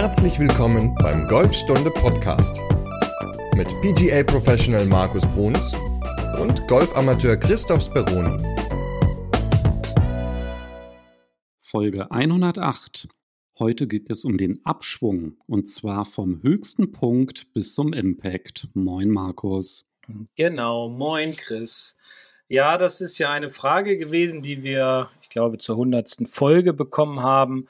Herzlich willkommen beim Golfstunde Podcast mit PGA Professional Markus Bruns und Golfamateur Christoph Speroni. Folge 108. Heute geht es um den Abschwung und zwar vom höchsten Punkt bis zum Impact. Moin Markus. Genau, moin Chris. Ja, das ist ja eine Frage gewesen, die wir, ich glaube, zur 100. Folge bekommen haben.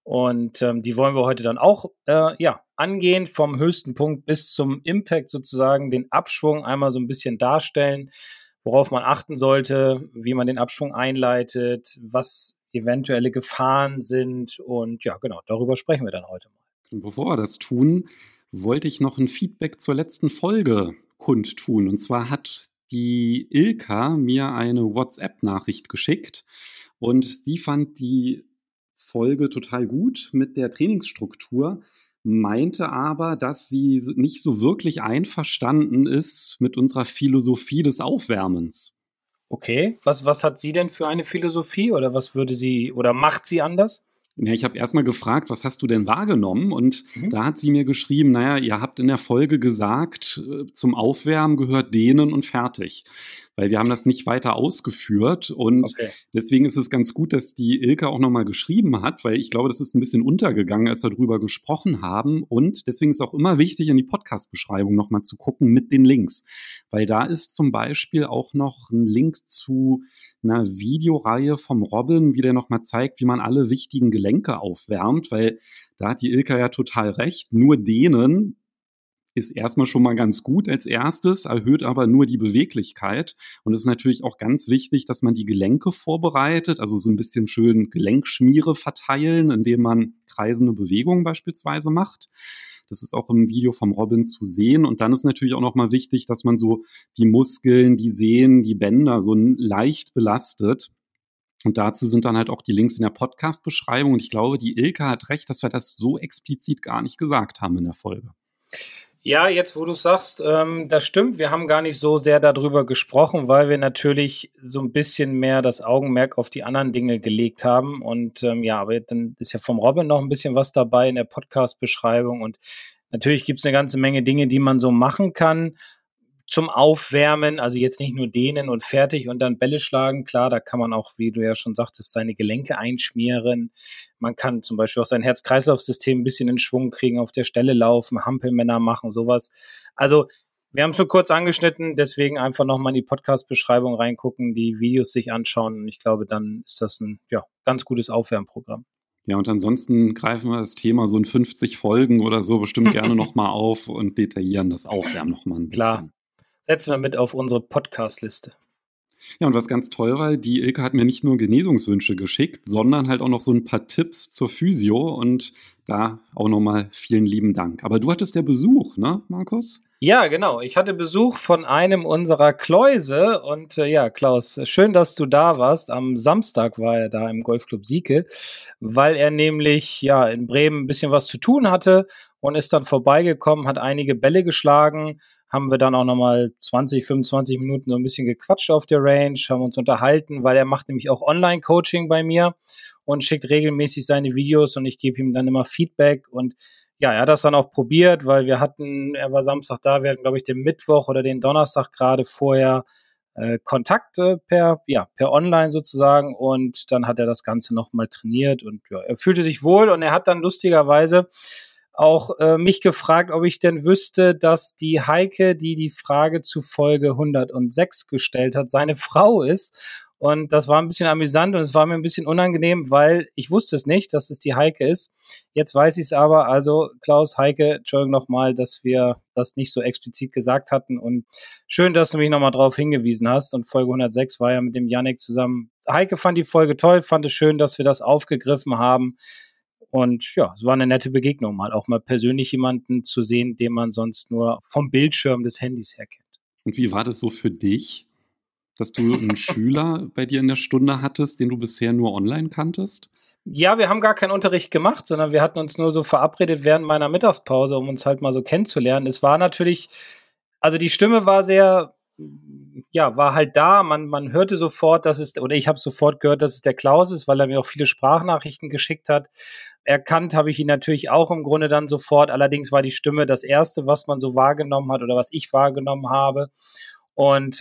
Und die wollen wir heute dann auch angehen, vom höchsten Punkt bis zum Impact sozusagen, den Abschwung einmal so ein bisschen darstellen, worauf man achten sollte, wie man den Abschwung einleitet, was eventuelle Gefahren sind. Und ja, genau, darüber sprechen wir dann heute mal. Und bevor wir das tun, wollte ich noch ein Feedback zur letzten Folge kundtun. Und zwar hat die Ilka mir eine WhatsApp-Nachricht geschickt und sie fand die Folge total gut mit der Trainingsstruktur, meinte aber, dass sie nicht so wirklich einverstanden ist mit unserer Philosophie des Aufwärmens. Okay, was hat sie denn für eine Philosophie oder was würde sie oder macht sie anders? Ja, ich habe erstmal gefragt, was hast du denn wahrgenommen? Und da hat sie mir geschrieben, naja, ihr habt in der Folge gesagt, zum Aufwärmen gehört Dehnen und fertig. Weil wir haben das nicht weiter ausgeführt und deswegen ist es ganz gut, dass die Ilka auch nochmal geschrieben hat, weil ich glaube, das ist ein bisschen untergegangen, als wir drüber gesprochen haben und deswegen ist auch immer wichtig, in die Podcast-Beschreibung nochmal zu gucken mit den Links, weil da ist zum Beispiel auch noch ein Link zu einer Videoreihe vom Robin, wie der nochmal zeigt, wie man alle wichtigen Gelenke aufwärmt, weil da hat die Ilka ja total recht, nur dehnen ist erstmal schon mal ganz gut als erstes, erhöht aber nur die Beweglichkeit. Und es ist natürlich auch ganz wichtig, dass man die Gelenke vorbereitet, also so ein bisschen schön Gelenkschmiere verteilen, indem man kreisende Bewegungen beispielsweise macht. Das ist auch im Video vom Robin zu sehen. Und dann ist natürlich auch nochmal wichtig, dass man so die Muskeln, die Sehnen, die Bänder so leicht belastet. Und dazu sind dann halt auch die Links in der Podcast-Beschreibung. Und ich glaube, die Ilka hat recht, dass wir das so explizit gar nicht gesagt haben in der Folge. Ja, jetzt wo du sagst, das stimmt, wir haben gar nicht so sehr darüber gesprochen, weil wir natürlich so ein bisschen mehr das Augenmerk auf die anderen Dinge gelegt haben und aber dann ist ja vom Robin noch ein bisschen was dabei in der Podcast-Beschreibung und natürlich gibt es eine ganze Menge Dinge, die man so machen kann zum Aufwärmen, also jetzt nicht nur dehnen und fertig und dann Bälle schlagen. Klar, da kann man auch, wie du ja schon sagtest, seine Gelenke einschmieren. Man kann zum Beispiel auch sein Herz-Kreislauf-System ein bisschen in Schwung kriegen, auf der Stelle laufen, Hampelmänner machen, sowas. Also wir haben es schon kurz angeschnitten, deswegen einfach nochmal in die Podcast-Beschreibung reingucken, die Videos sich anschauen und ich glaube, dann ist das ein ganz gutes Aufwärmprogramm. Ja, und ansonsten greifen wir das Thema so in 50 Folgen oder so bestimmt gerne nochmal auf und detaillieren das Aufwärmen nochmal ein bisschen. Klar. Setzen wir mit auf unsere Podcast-Liste. Ja, und was ganz toll war, die Ilka hat mir nicht nur Genesungswünsche geschickt, sondern halt auch noch so ein paar Tipps zur Physio und da auch nochmal vielen lieben Dank. Aber du hattest ja Besuch, ne, Markus? Ja, genau. Ich hatte Besuch von einem unserer Kläuse und Klaus, schön, dass du da warst. Am Samstag war er da im Golfclub Sieke, weil er nämlich in Bremen ein bisschen was zu tun hatte und ist dann vorbeigekommen, hat einige Bälle geschlagen, haben wir dann auch nochmal 20, 25 Minuten so ein bisschen gequatscht auf der Range, haben uns unterhalten, weil er macht nämlich auch Online-Coaching bei mir und schickt regelmäßig seine Videos und ich gebe ihm dann immer Feedback und ja, er hat das dann auch probiert, weil er war Samstag da, wir hatten, glaube ich, den Mittwoch oder den Donnerstag gerade vorher Kontakte per Online sozusagen und dann hat er das Ganze nochmal trainiert und er fühlte sich wohl und er hat dann lustigerweise auch mich gefragt, ob ich denn wüsste, dass die Heike, die die Frage zu Folge 106 gestellt hat, seine Frau ist. Und das war ein bisschen amüsant und es war mir ein bisschen unangenehm, weil ich wusste es nicht, dass es die Heike ist. Jetzt weiß ich es aber. Also Klaus, Heike, Entschuldigung nochmal, dass wir das nicht so explizit gesagt hatten. Und schön, dass du mich nochmal drauf hingewiesen hast. Und Folge 106 war ja mit dem Yannick zusammen. Heike fand die Folge toll, fand es schön, dass wir das aufgegriffen haben. Und ja, es war eine nette Begegnung, mal auch mal persönlich jemanden zu sehen, den man sonst nur vom Bildschirm des Handys her kennt. Und wie war das so für dich, dass du einen Schüler bei dir in der Stunde hattest, den du bisher nur online kanntest? Ja, wir haben gar keinen Unterricht gemacht, sondern wir hatten uns nur so verabredet während meiner Mittagspause, um uns halt mal so kennenzulernen. Es war natürlich, also die Stimme war sehr ja, war halt da. Man hörte sofort, ich habe sofort gehört, dass es der Klaus ist, weil er mir auch viele Sprachnachrichten geschickt hat. Erkannt habe ich ihn natürlich auch im Grunde dann sofort. Allerdings war die Stimme das Erste, was man so wahrgenommen hat oder was ich wahrgenommen habe. Und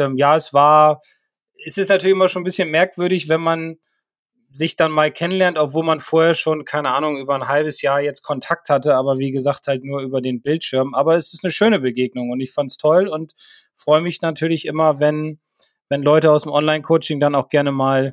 es ist natürlich immer schon ein bisschen merkwürdig, wenn man sich dann mal kennenlernt, obwohl man vorher schon, keine Ahnung, über ein halbes Jahr jetzt Kontakt hatte, aber wie gesagt, halt nur über den Bildschirm. Aber es ist eine schöne Begegnung und ich fand's toll und freue mich natürlich immer, wenn Leute aus dem Online-Coaching dann auch gerne mal,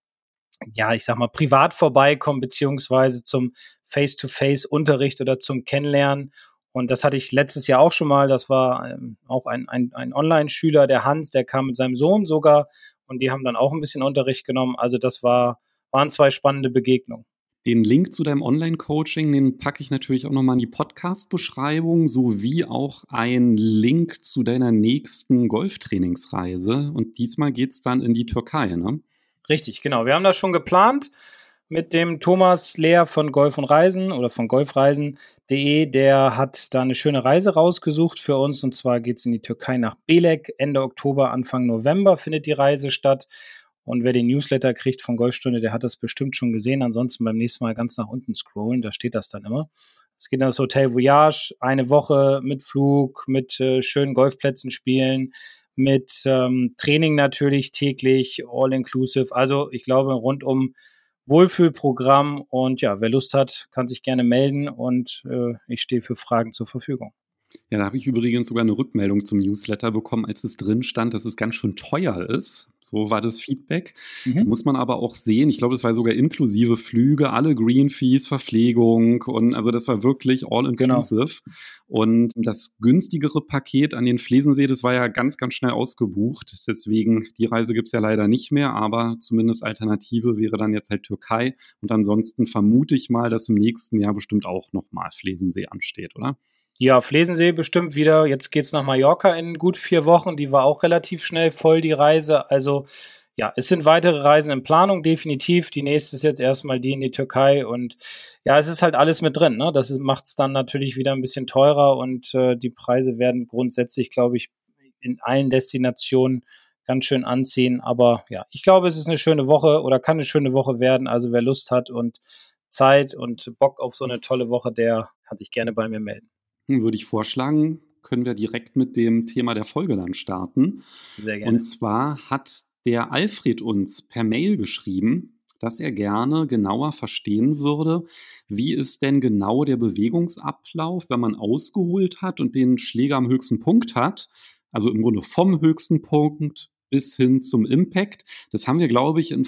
ja, ich sag mal, privat vorbeikommen, beziehungsweise zum Face-to-Face-Unterricht oder zum Kennenlernen. Und das hatte ich letztes Jahr auch schon mal. Das war auch ein Online-Schüler, der Hans, der kam mit seinem Sohn sogar und die haben dann auch ein bisschen Unterricht genommen. Also das waren 2 spannende Begegnungen. Den Link zu deinem Online-Coaching, den packe ich natürlich auch nochmal in die Podcast-Beschreibung, sowie auch einen Link zu deiner nächsten Golftrainingsreise. Und diesmal geht es dann in die Türkei, ne? Richtig, genau. Wir haben das schon geplant mit dem Thomas Lehr von Golf und Reisen oder von golfreisen.de. Der hat da eine schöne Reise rausgesucht für uns. Und zwar geht es in die Türkei nach Belek. Ende Oktober, Anfang November findet die Reise statt. Und wer den Newsletter kriegt von Golfstunde, der hat das bestimmt schon gesehen. Ansonsten beim nächsten Mal ganz nach unten scrollen, da steht das dann immer. Es geht in das Hotel Voyage, eine Woche mit Flug, mit schönen Golfplätzen spielen, mit Training natürlich täglich, all-inclusive. Also ich glaube, rundum Wohlfühlprogramm. Und ja, wer Lust hat, kann sich gerne melden und ich stehe für Fragen zur Verfügung. Ja, da habe ich übrigens sogar eine Rückmeldung zum Newsletter bekommen, als es drin stand, dass es ganz schön teuer ist. So war das Feedback. Da muss man aber auch sehen, ich glaube, das war sogar inklusive Flüge, alle Green Fees, Verpflegung und also das war wirklich all inclusive. Genau. Und das günstigere Paket an den Flesensee, das war ja ganz, ganz schnell ausgebucht. Deswegen, die Reise gibt es ja leider nicht mehr, aber zumindest Alternative wäre dann jetzt halt Türkei. Und ansonsten vermute ich mal, dass im nächsten Jahr bestimmt auch nochmal Flesensee ansteht, oder? Ja, Flesensee bestimmt wieder. Jetzt geht's nach Mallorca in gut 4 Wochen. Die war auch relativ schnell voll, die Reise. Also ja, es sind weitere Reisen in Planung, definitiv. Die nächste ist jetzt erstmal die in die Türkei. Und ja, es ist halt alles mit drin, ne? Das macht es dann natürlich wieder ein bisschen teurer. Und die Preise werden grundsätzlich, glaube ich, in allen Destinationen ganz schön anziehen. Aber ja, ich glaube, es ist eine schöne Woche oder kann eine schöne Woche werden. Also wer Lust hat und Zeit und Bock auf so eine tolle Woche, der kann sich gerne bei mir melden. Würde ich vorschlagen, können wir direkt mit dem Thema der Folge dann starten. Sehr gerne. Und zwar hat der Alfred uns per Mail geschrieben, dass er gerne genauer verstehen würde, wie ist denn genau der Bewegungsablauf, wenn man ausgeholt hat und den Schläger am höchsten Punkt hat, also im Grunde vom höchsten Punkt bis hin zum Impact. Das haben wir, glaube ich, in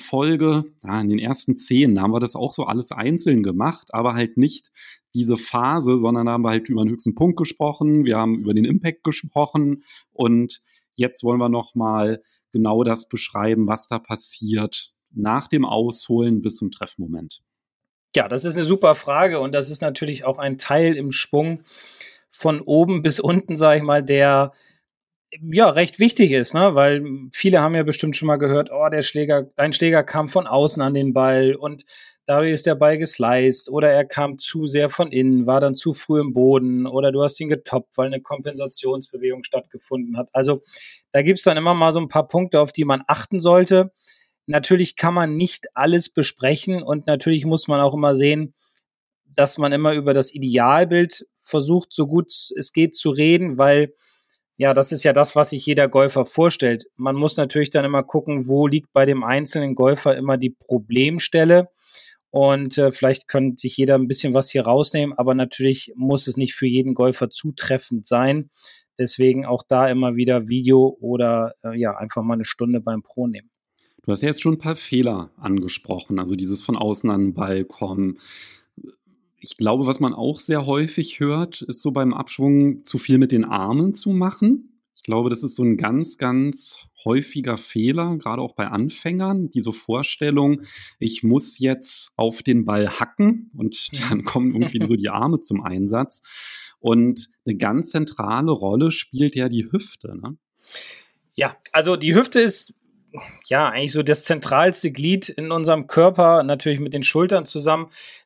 den ersten 10, da haben wir das auch so alles einzeln gemacht, aber halt nicht diese Phase, sondern da haben wir halt über den höchsten Punkt gesprochen, wir haben über den Impact gesprochen und jetzt wollen wir nochmal genau das beschreiben, was da passiert nach dem Ausholen bis zum Treffmoment. Ja, das ist eine super Frage und das ist natürlich auch ein Teil im Schwung von oben bis unten, sage ich mal, der ja recht wichtig ist, ne? Weil viele haben ja bestimmt schon mal gehört, dein Schläger kam von außen an den Ball und dadurch ist der Ball gesliced oder er kam zu sehr von innen, war dann zu früh im Boden oder du hast ihn getoppt, weil eine Kompensationsbewegung stattgefunden hat. Also da gibt's dann immer mal so ein paar Punkte, auf die man achten sollte. Natürlich kann man nicht alles besprechen und natürlich muss man auch immer sehen, dass man immer über das Idealbild versucht, so gut es geht zu reden, weil ja, das ist ja das, was sich jeder Golfer vorstellt. Man muss natürlich dann immer gucken, wo liegt bei dem einzelnen Golfer immer die Problemstelle. Und vielleicht könnte sich jeder ein bisschen was hier rausnehmen, aber natürlich muss es nicht für jeden Golfer zutreffend sein. Deswegen auch da immer wieder Video oder einfach mal eine Stunde beim Pro nehmen. Du hast ja jetzt schon ein paar Fehler angesprochen, also dieses von außen an den Ball kommen. Ich glaube, was man auch sehr häufig hört, ist so beim Abschwung zu viel mit den Armen zu machen. Ich glaube, das ist so ein ganz, ganz häufiger Fehler, gerade auch bei Anfängern. Diese Vorstellung, ich muss jetzt auf den Ball hacken und dann kommen irgendwie so die Arme zum Einsatz. Und eine ganz zentrale Rolle spielt ja die Hüfte, ne? Ja, also die Hüfte ist ja eigentlich so das zentralste Glied in unserem Körper, natürlich mit den Schultern zusammen.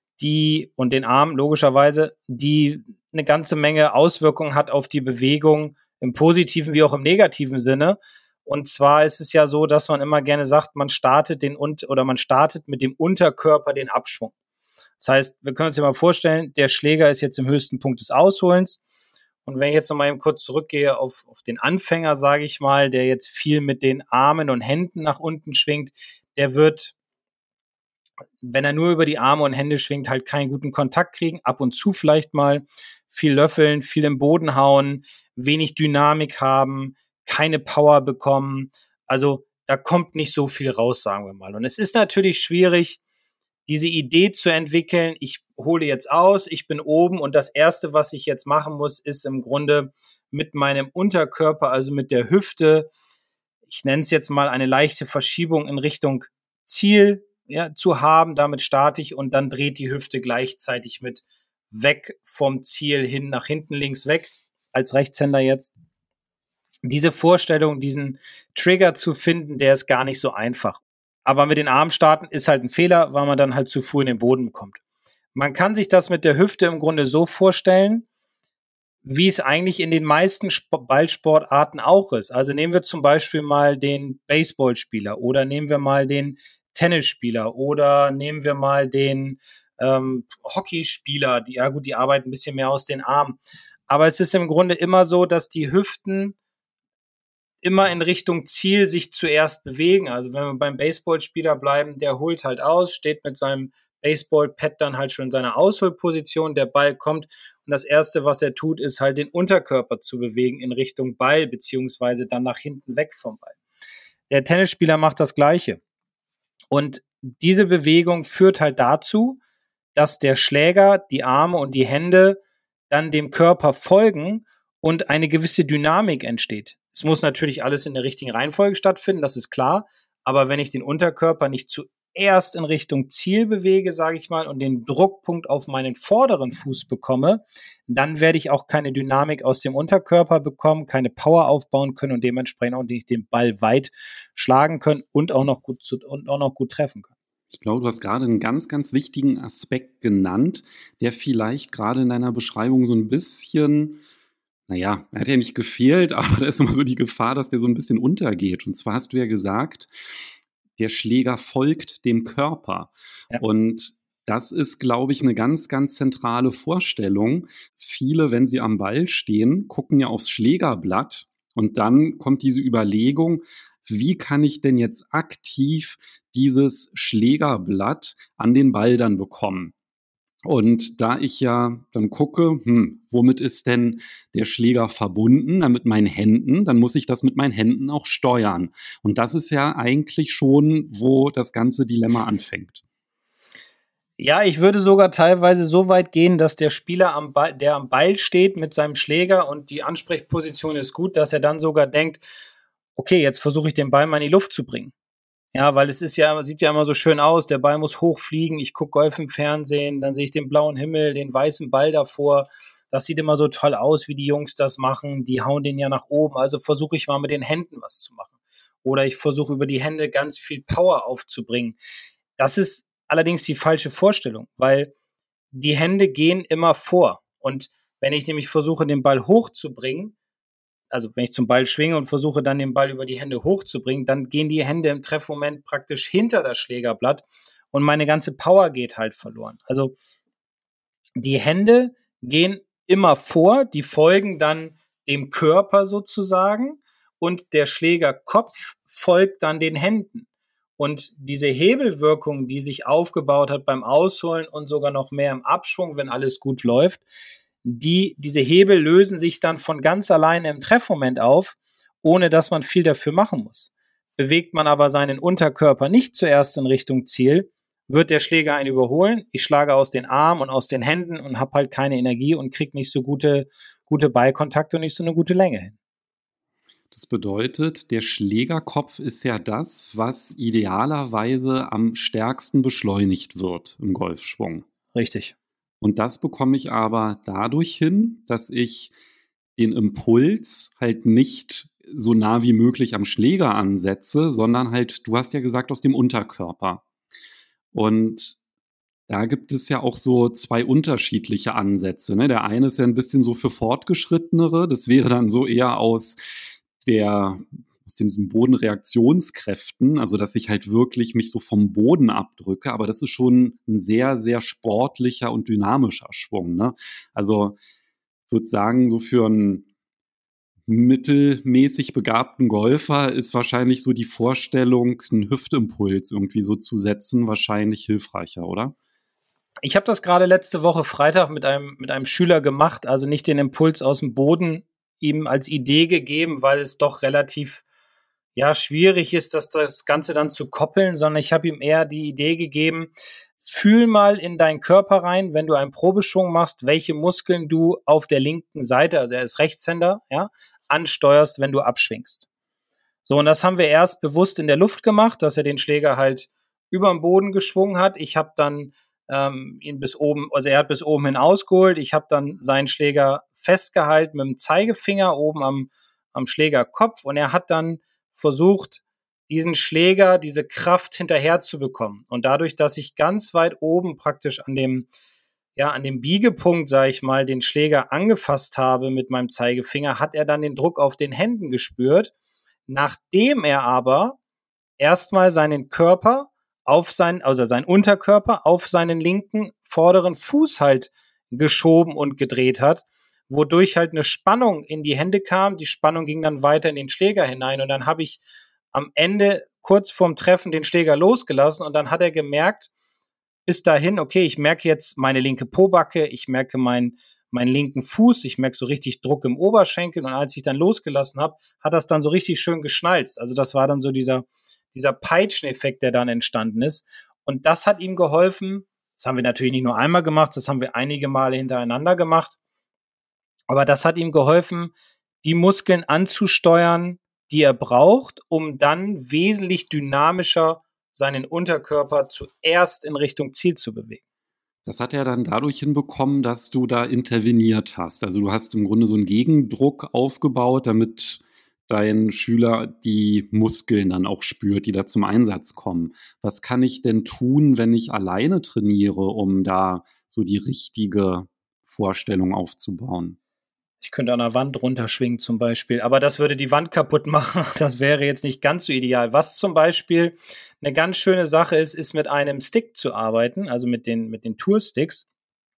Und den Arm logischerweise, die eine ganze Menge Auswirkungen hat auf die Bewegung im positiven wie auch im negativen Sinne. Und zwar ist es ja so, dass man immer gerne sagt, man startet mit dem Unterkörper den Abschwung. Das heißt, wir können uns ja mal vorstellen, der Schläger ist jetzt im höchsten Punkt des Ausholens. Und wenn ich jetzt noch mal eben kurz zurückgehe auf den Anfänger, sage ich mal, der jetzt viel mit den Armen und Händen nach unten schwingt, der wird, wenn er nur über die Arme und Hände schwingt, halt keinen guten Kontakt kriegen. Ab und zu vielleicht mal viel löffeln, viel im Boden hauen, wenig Dynamik haben, keine Power bekommen. Also da kommt nicht so viel raus, sagen wir mal. Und es ist natürlich schwierig, diese Idee zu entwickeln, ich hole jetzt aus, ich bin oben und das Erste, was ich jetzt machen muss, ist im Grunde mit meinem Unterkörper, also mit der Hüfte, ich nenne es jetzt mal eine leichte Verschiebung in Richtung Ziel, ja, zu haben. Damit starte ich und dann dreht die Hüfte gleichzeitig mit weg vom Ziel hin nach hinten links weg, als Rechtshänder jetzt. Diese Vorstellung, diesen Trigger zu finden, der ist gar nicht so einfach. Aber mit den Armen starten ist halt ein Fehler, weil man dann halt zu früh in den Boden kommt. Man kann sich das mit der Hüfte im Grunde so vorstellen, wie es eigentlich in den meisten Ballsportarten auch ist. Also nehmen wir zum Beispiel mal den Baseballspieler oder nehmen wir mal den Tennisspieler oder nehmen wir mal den Hockeyspieler. Die arbeiten ein bisschen mehr aus den Armen. Aber es ist im Grunde immer so, dass die Hüften immer in Richtung Ziel sich zuerst bewegen. Also wenn wir beim Baseballspieler bleiben, der holt halt aus, steht mit seinem Baseballpad dann halt schon in seiner Ausholposition, der Ball kommt und das Erste, was er tut, ist halt den Unterkörper zu bewegen in Richtung Ball, beziehungsweise dann nach hinten weg vom Ball. Der Tennisspieler macht das Gleiche. Und diese Bewegung führt halt dazu, dass der Schläger, die Arme und die Hände dann dem Körper folgen und eine gewisse Dynamik entsteht. Es muss natürlich alles in der richtigen Reihenfolge stattfinden, das ist klar. Aber wenn ich den Unterkörper nicht zuerst in Richtung Ziel bewege, sage ich mal, und den Druckpunkt auf meinen vorderen Fuß bekomme, dann werde ich auch keine Dynamik aus dem Unterkörper bekommen, keine Power aufbauen können und dementsprechend auch nicht den Ball weit schlagen können und auch noch gut treffen können. Ich glaube, du hast gerade einen ganz, ganz wichtigen Aspekt genannt, der vielleicht gerade in deiner Beschreibung so ein bisschen, naja, er hat ja nicht gefehlt, aber da ist immer so die Gefahr, dass der so ein bisschen untergeht. Und zwar hast du ja gesagt, der Schläger folgt dem Körper. Ja. Und das ist, glaube ich, eine ganz, ganz zentrale Vorstellung. Viele, wenn sie am Ball stehen, gucken ja aufs Schlägerblatt und dann kommt diese Überlegung, wie kann ich denn jetzt aktiv dieses Schlägerblatt an den Ball dann bekommen? Und da ich ja dann gucke, womit ist denn der Schläger verbunden? Dann mit meinen Händen, dann muss ich das mit meinen Händen auch steuern. Und das ist ja eigentlich schon, wo das ganze Dilemma anfängt. Ja, ich würde sogar teilweise so weit gehen, dass der Spieler der am Ball steht mit seinem Schläger und die Ansprechposition ist gut, dass er dann sogar denkt, okay, jetzt versuche ich den Ball mal in die Luft zu bringen. Ja, weil es sieht ja immer so schön aus, der Ball muss hochfliegen, ich gucke Golf im Fernsehen, dann sehe ich den blauen Himmel, den weißen Ball davor, das sieht immer so toll aus, wie die Jungs das machen, die hauen den ja nach oben, also versuche ich mal mit den Händen was zu machen. Oder ich versuche über die Hände ganz viel Power aufzubringen. Das ist allerdings die falsche Vorstellung, weil die Hände gehen immer vor. Und wenn ich nämlich versuche, den Ball hochzubringen, also wenn ich zum Ball schwinge und versuche dann den Ball über die Hände hochzubringen, dann gehen die Hände im Treffmoment praktisch hinter das Schlägerblatt und meine ganze Power geht halt verloren. Also die Hände gehen immer vor, die folgen dann dem Körper sozusagen und der Schlägerkopf folgt dann den Händen. Und diese Hebelwirkung, die sich aufgebaut hat beim Ausholen und sogar noch mehr im Abschwung, wenn alles gut läuft, diese Hebel lösen sich dann von ganz alleine im Treffmoment auf, ohne dass man viel dafür machen muss. Bewegt man aber seinen Unterkörper nicht zuerst in Richtung Ziel, wird der Schläger einen überholen. Ich schlage aus den Armen und aus den Händen und habe halt keine Energie und kriege nicht so gute Ballkontakte und nicht so eine gute Länge hin. Das bedeutet, der Schlägerkopf ist ja das, was idealerweise am stärksten beschleunigt wird im Golfschwung. Richtig. Und das bekomme ich aber dadurch hin, dass ich den Impuls halt nicht so nah wie möglich am Schläger ansetze, sondern halt, du hast ja gesagt, aus dem Unterkörper. Und Da gibt es ja auch so 2 unterschiedliche Ansätze, ne? Der eine ist ja ein bisschen so für Fortgeschrittenere. Das wäre dann so eher aus diesen Bodenreaktionskräften, also dass ich halt wirklich mich so vom Boden abdrücke, aber das ist schon ein sehr, sehr sportlicher und dynamischer Schwung, ne? Also, ich würde sagen, so für 'n mittelmäßig begabten Golfer ist wahrscheinlich so die Vorstellung, einen Hüftimpuls irgendwie so zu setzen, wahrscheinlich hilfreicher, oder? Ich habe das gerade letzte Woche Freitag mit einem Schüler gemacht, also nicht den Impuls aus dem Boden ihm als Idee gegeben, weil es doch relativ, ja, schwierig ist, das Ganze dann zu koppeln, sondern ich habe ihm eher die Idee gegeben, fühl mal in deinen Körper rein, wenn du einen Probeschwung machst, welche Muskeln du auf der linken Seite, also er ist Rechtshänder, ja, ansteuerst, wenn du abschwingst. So, und das haben wir erst bewusst in der Luft gemacht, dass er den Schläger halt über den Boden geschwungen hat. Ich habe dann ihn bis oben, also er hat bis oben hin ausgeholt. Ich habe dann seinen Schläger festgehalten mit dem Zeigefinger oben am Schlägerkopf und er hat dann versucht, diesen Schläger, diese Kraft hinterher zu bekommen. Und dadurch, dass ich ganz weit oben praktisch an dem Biegepunkt, sage ich mal, den Schläger angefasst habe mit meinem Zeigefinger, hat er dann den Druck auf den Händen gespürt, nachdem er aber erstmal seinen Körper also seinen Unterkörper auf seinen linken vorderen Fuß halt geschoben und gedreht hat, wodurch halt eine Spannung in die Hände kam. Die Spannung ging dann weiter in den Schläger hinein und dann habe ich am Ende kurz vorm Treffen den Schläger losgelassen und dann hat er gemerkt, bis dahin, okay, ich merke jetzt meine linke Pobacke, ich merke meinen linken Fuß, ich merke so richtig Druck im Oberschenkel und als ich dann losgelassen habe, hat das dann so richtig schön geschnalzt. Also das war dann so dieser Peitscheneffekt, der dann entstanden ist. Und das hat ihm geholfen. Das haben wir natürlich nicht nur einmal gemacht, das haben wir einige Male hintereinander gemacht. Aber das hat ihm geholfen, die Muskeln anzusteuern, die er braucht, um dann wesentlich dynamischer seinen Unterkörper zuerst in Richtung Ziel zu bewegen. Das hat er dann dadurch hinbekommen, dass du da interveniert hast. Also du hast im Grunde so einen Gegendruck aufgebaut, damit dein Schüler die Muskeln dann auch spürt, die da zum Einsatz kommen. Was kann ich denn tun, wenn ich alleine trainiere, um da so die richtige Vorstellung aufzubauen? Ich könnte an der Wand runterschwingen zum Beispiel, aber das würde die Wand kaputt machen. Das wäre jetzt nicht ganz so ideal. Was zum Beispiel eine ganz schöne Sache ist mit einem Stick zu arbeiten, also mit den Toursticks,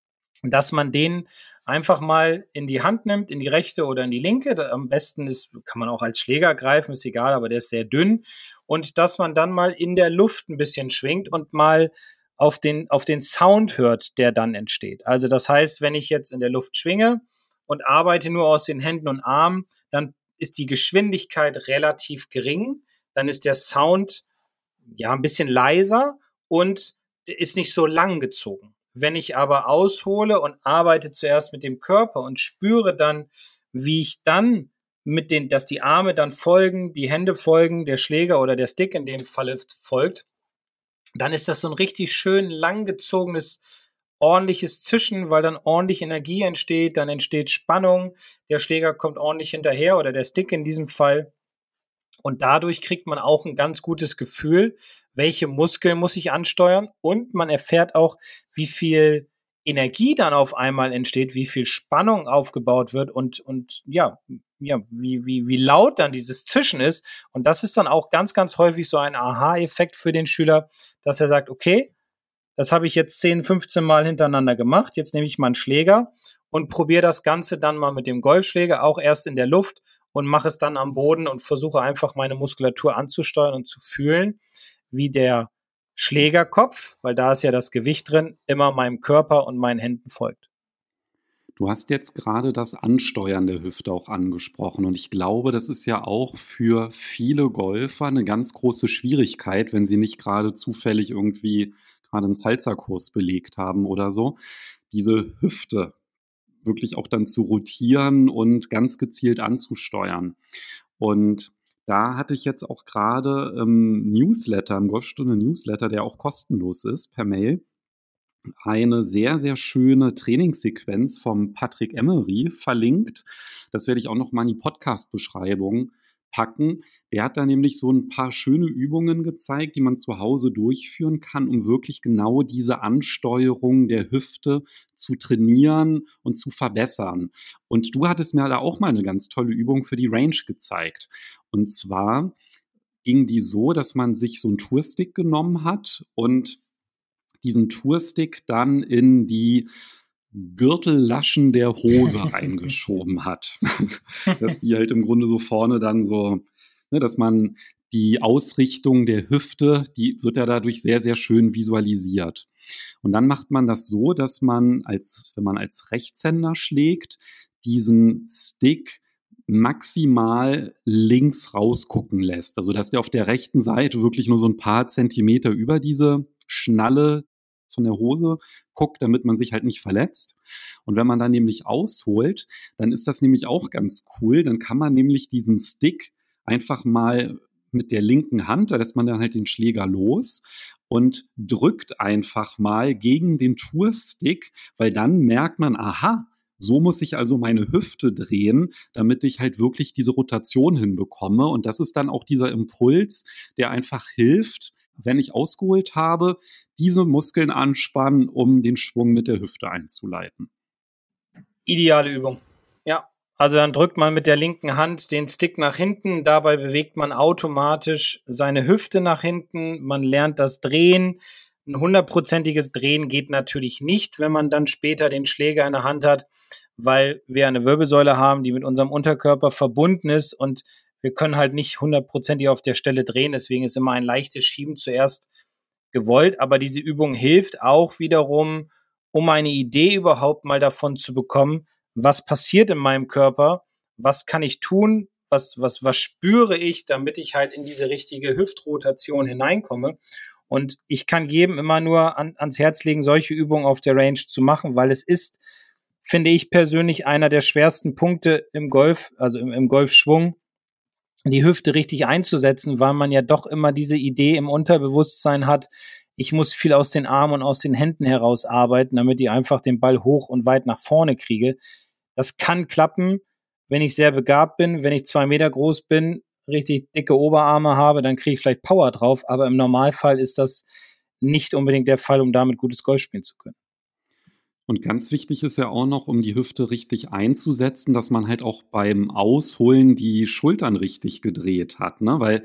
dass man den einfach mal in die Hand nimmt, in die rechte oder in die linke. Am besten kann man auch als Schläger greifen, ist egal, aber der ist sehr dünn. Und dass man dann mal in der Luft ein bisschen schwingt und mal auf den Sound hört, der dann entsteht. Also das heißt, wenn ich jetzt in der Luft schwinge und arbeite nur aus den Händen und Armen, dann ist die Geschwindigkeit relativ gering. Dann ist der Sound ja ein bisschen leiser und ist nicht so lang gezogen. Wenn ich aber aushole und arbeite zuerst mit dem Körper und spüre dann, wie ich dann dass die Arme dann folgen, die Hände folgen, der Schläger oder der Stick in dem Falle folgt, dann ist das so ein richtig schön langgezogenes, ordentliches Zischen, weil dann ordentlich Energie entsteht, dann entsteht Spannung, der Schläger kommt ordentlich hinterher oder der Stick in diesem Fall. Und dadurch kriegt man auch ein ganz gutes Gefühl, welche Muskeln muss ich ansteuern und man erfährt auch, wie viel Energie dann auf einmal entsteht, wie viel Spannung aufgebaut wird und wie laut dann dieses Zischen ist. Und das ist dann auch ganz, ganz häufig so ein Aha-Effekt für den Schüler, dass er sagt, okay, das habe ich jetzt 10, 15 Mal hintereinander gemacht, jetzt nehme ich mal einen Schläger und probiere das Ganze dann mal mit dem Golfschläger, auch erst in der Luft und mache es dann am Boden und versuche einfach meine Muskulatur anzusteuern und zu fühlen, wie der Schlägerkopf, weil da ist ja das Gewicht drin, immer meinem Körper und meinen Händen folgt. Du hast jetzt gerade das Ansteuern der Hüfte auch angesprochen und ich glaube, das ist ja auch für viele Golfer eine ganz große Schwierigkeit, wenn sie nicht gerade zufällig irgendwie gerade einen Salsa-Kurs belegt haben oder so, diese Hüfte wirklich auch dann zu rotieren und ganz gezielt anzusteuern. Und da hatte ich jetzt auch gerade Newsletter, im Golfstunde-Newsletter, der auch kostenlos ist, per Mail, eine sehr, sehr schöne Trainingssequenz vom Patrick Emery verlinkt. Das werde ich auch noch mal in die Podcast-Beschreibung packen. Der hat da nämlich so ein paar schöne Übungen gezeigt, die man zu Hause durchführen kann, um wirklich genau diese Ansteuerung der Hüfte zu trainieren und zu verbessern. Und du hattest mir da auch mal eine ganz tolle Übung für die Range gezeigt. Und zwar ging die so, dass man sich so einen Tourstick genommen hat und diesen Tourstick dann in die Gürtellaschen der Hose reingeschoben hat. Dass die halt im Grunde so vorne dann so, ne, dass man die Ausrichtung der Hüfte, die wird ja dadurch sehr, sehr schön visualisiert. Und dann macht man das so, dass man wenn man als Rechtshänder schlägt, diesen Stick maximal links rausgucken lässt. Also dass der auf der rechten Seite wirklich nur so ein paar Zentimeter über diese Schnalle von der Hose guckt, damit man sich halt nicht verletzt. Und wenn man dann nämlich ausholt, dann ist das nämlich auch ganz cool. Dann kann man nämlich diesen Stick einfach mal mit der linken Hand, da lässt man dann halt den Schläger los und drückt einfach mal gegen den Tourstick, weil dann merkt man, aha, so muss ich also meine Hüfte drehen, damit ich halt wirklich diese Rotation hinbekomme. Und das ist dann auch dieser Impuls, der einfach hilft, wenn ich ausgeholt habe, diese Muskeln anspannen, um den Schwung mit der Hüfte einzuleiten. Ideale Übung. Ja, also dann drückt man mit der linken Hand den Stick nach hinten, dabei bewegt man automatisch seine Hüfte nach hinten, man lernt das Drehen. Ein 100%iges Drehen geht natürlich nicht, wenn man dann später den Schläger in der Hand hat, weil wir eine Wirbelsäule haben, die mit unserem Unterkörper verbunden ist und wir können halt nicht 100%ig auf der Stelle drehen, deswegen ist immer ein leichtes Schieben zuerst gewollt, aber diese Übung hilft auch wiederum, um eine Idee überhaupt mal davon zu bekommen, was passiert in meinem Körper, was kann ich tun, was spüre ich, damit ich halt in diese richtige Hüftrotation hineinkomme. Und ich kann jedem immer nur ans Herz legen, solche Übungen auf der Range zu machen, weil es ist, finde ich persönlich, einer der schwersten Punkte im Golf, also im Golfschwung, die Hüfte richtig einzusetzen, weil man ja doch immer diese Idee im Unterbewusstsein hat, ich muss viel aus den Armen und aus den Händen heraus arbeiten, damit ich einfach den Ball hoch und weit nach vorne kriege. Das kann klappen, wenn ich sehr begabt bin, wenn ich 2 Meter groß bin, richtig dicke Oberarme habe, dann kriege ich vielleicht Power drauf, aber im Normalfall ist das nicht unbedingt der Fall, um damit gutes Golf spielen zu können. Und ganz wichtig ist ja auch noch, um die Hüfte richtig einzusetzen, dass man halt auch beim Ausholen die Schultern richtig gedreht hat, ne? Weil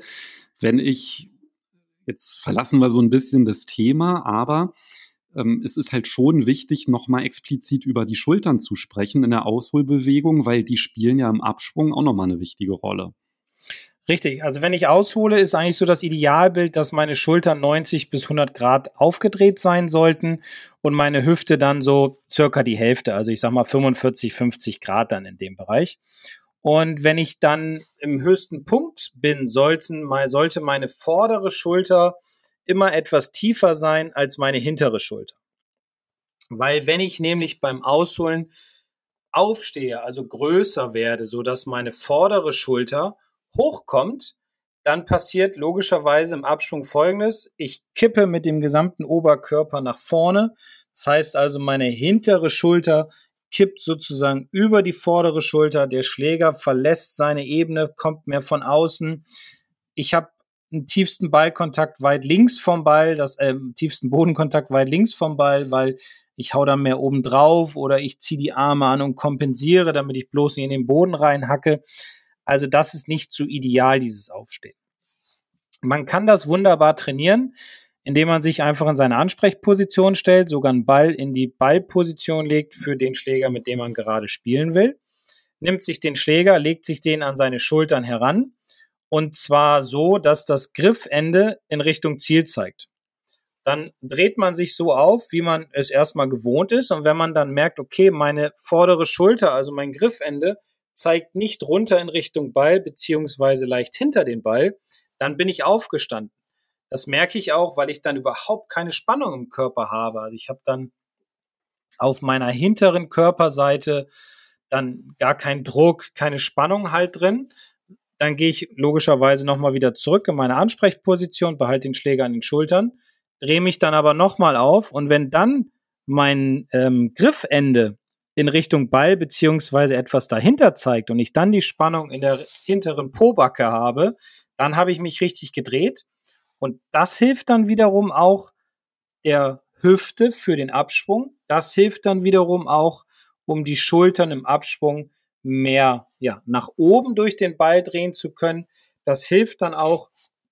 jetzt verlassen wir so ein bisschen das Thema, aber es ist halt schon wichtig, nochmal explizit über die Schultern zu sprechen in der Ausholbewegung, weil die spielen ja im Abschwung auch nochmal eine wichtige Rolle. Richtig, also wenn ich aushole, ist eigentlich so das Idealbild, dass meine Schultern 90 bis 100 Grad aufgedreht sein sollten und meine Hüfte dann so circa die Hälfte, also ich sag mal 45, 50 Grad dann in dem Bereich. Und wenn ich dann im höchsten Punkt bin, sollte meine vordere Schulter immer etwas tiefer sein als meine hintere Schulter. Weil wenn ich nämlich beim Ausholen aufstehe, also größer werde, sodass meine vordere Schulter hochkommt, dann passiert logischerweise im Abschwung Folgendes. Ich kippe mit dem gesamten Oberkörper nach vorne. Das heißt also, meine hintere Schulter kippt sozusagen über die vordere Schulter. Der Schläger verlässt seine Ebene, kommt mehr von außen. Ich habe einen tiefsten Ballkontakt weit links vom Ball, tiefsten Bodenkontakt weit links vom Ball, weil ich hau dann mehr oben drauf oder ich ziehe die Arme an und kompensiere, damit ich bloß nicht in den Boden reinhacke. Also das ist nicht so ideal, dieses Aufstehen. Man kann das wunderbar trainieren, indem man sich einfach in seine Ansprechposition stellt, sogar einen Ball in die Ballposition legt für den Schläger, mit dem man gerade spielen will, nimmt sich den Schläger, legt sich den an seine Schultern heran und zwar so, dass das Griffende in Richtung Ziel zeigt. Dann dreht man sich so auf, wie man es erstmal gewohnt ist und wenn man dann merkt, okay, meine vordere Schulter, also mein Griffende, zeigt nicht runter in Richtung Ball, beziehungsweise leicht hinter den Ball, dann bin ich aufgestanden. Das merke ich auch, weil ich dann überhaupt keine Spannung im Körper habe. Also ich habe dann auf meiner hinteren Körperseite dann gar keinen Druck, keine Spannung halt drin. Dann gehe ich logischerweise nochmal wieder zurück in meine Ansprechposition, behalte den Schläger an den Schultern, drehe mich dann aber nochmal auf und wenn dann mein Griffende in Richtung Ball beziehungsweise etwas dahinter zeigt und ich dann die Spannung in der hinteren Pobacke habe, dann habe ich mich richtig gedreht. Und das hilft dann wiederum auch der Hüfte für den Abschwung. Das hilft dann wiederum auch, um die Schultern im Abschwung mehr nach oben durch den Ball drehen zu können. Das hilft dann auch,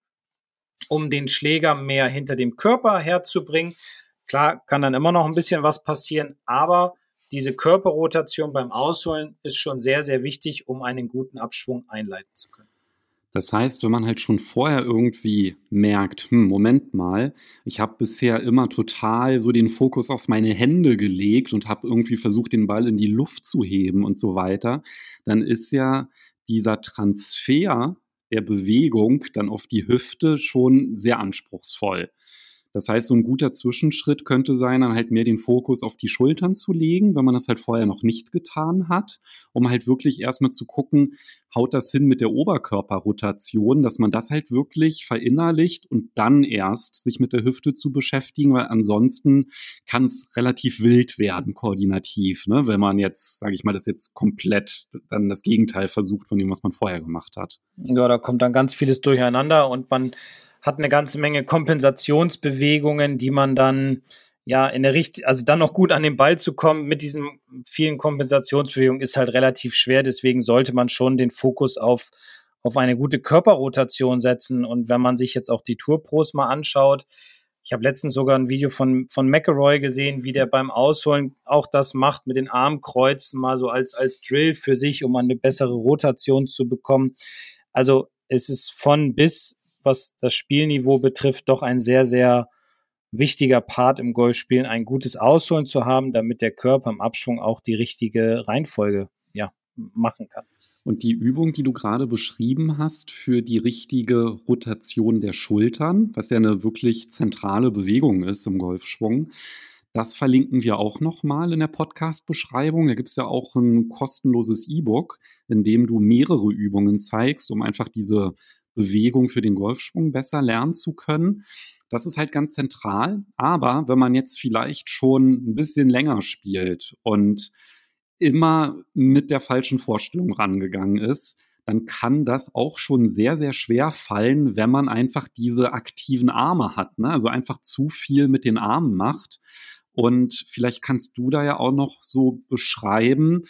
um den Schläger mehr hinter dem Körper herzubringen. Klar, kann dann immer noch ein bisschen was passieren, aber diese Körperrotation beim Ausholen ist schon sehr, sehr wichtig, um einen guten Abschwung einleiten zu können. Das heißt, wenn man halt schon vorher irgendwie merkt, Moment mal, ich habe bisher immer total so den Fokus auf meine Hände gelegt und habe irgendwie versucht, den Ball in die Luft zu heben und so weiter, dann ist ja dieser Transfer der Bewegung dann auf die Hüfte schon sehr anspruchsvoll. Das heißt, so ein guter Zwischenschritt könnte sein, dann halt mehr den Fokus auf die Schultern zu legen, wenn man das halt vorher noch nicht getan hat, um halt wirklich erstmal zu gucken, haut das hin mit der Oberkörperrotation, dass man das halt wirklich verinnerlicht und dann erst sich mit der Hüfte zu beschäftigen, weil ansonsten kann es relativ wild werden, koordinativ, ne? Wenn man jetzt, sage ich mal, das jetzt komplett dann das Gegenteil versucht von dem, was man vorher gemacht hat. Ja, da kommt dann ganz vieles durcheinander und man hat eine ganze Menge Kompensationsbewegungen, die man dann in der also dann noch gut an den Ball zu kommen mit diesen vielen Kompensationsbewegungen ist halt relativ schwer. Deswegen sollte man schon den Fokus auf eine gute Körperrotation setzen. Und wenn man sich jetzt auch die Tour-Pros mal anschaut, ich habe letztens sogar ein Video von McIlroy gesehen, wie der beim Ausholen auch das macht mit den Armkreuzen mal so als Drill für sich, um eine bessere Rotation zu bekommen. Also es ist von bis, was das Spielniveau betrifft, doch ein sehr, sehr wichtiger Part im Golfspielen, ein gutes Ausholen zu haben, damit der Körper im Abschwung auch die richtige Reihenfolge machen kann. Und die Übung, die du gerade beschrieben hast für die richtige Rotation der Schultern, was ja eine wirklich zentrale Bewegung ist im Golfschwung, das verlinken wir auch nochmal in der Podcast-Beschreibung. Da gibt es ja auch ein kostenloses E-Book, in dem du mehrere Übungen zeigst, um einfach diese Bewegung für den Golfschwung besser lernen zu können. Das ist halt ganz zentral. Aber wenn man jetzt vielleicht schon ein bisschen länger spielt und immer mit der falschen Vorstellung rangegangen ist, dann kann das auch schon sehr, sehr schwer fallen, wenn man einfach diese aktiven Arme hat, ne? Also einfach zu viel mit den Armen macht. Und vielleicht kannst du da ja auch noch so beschreiben,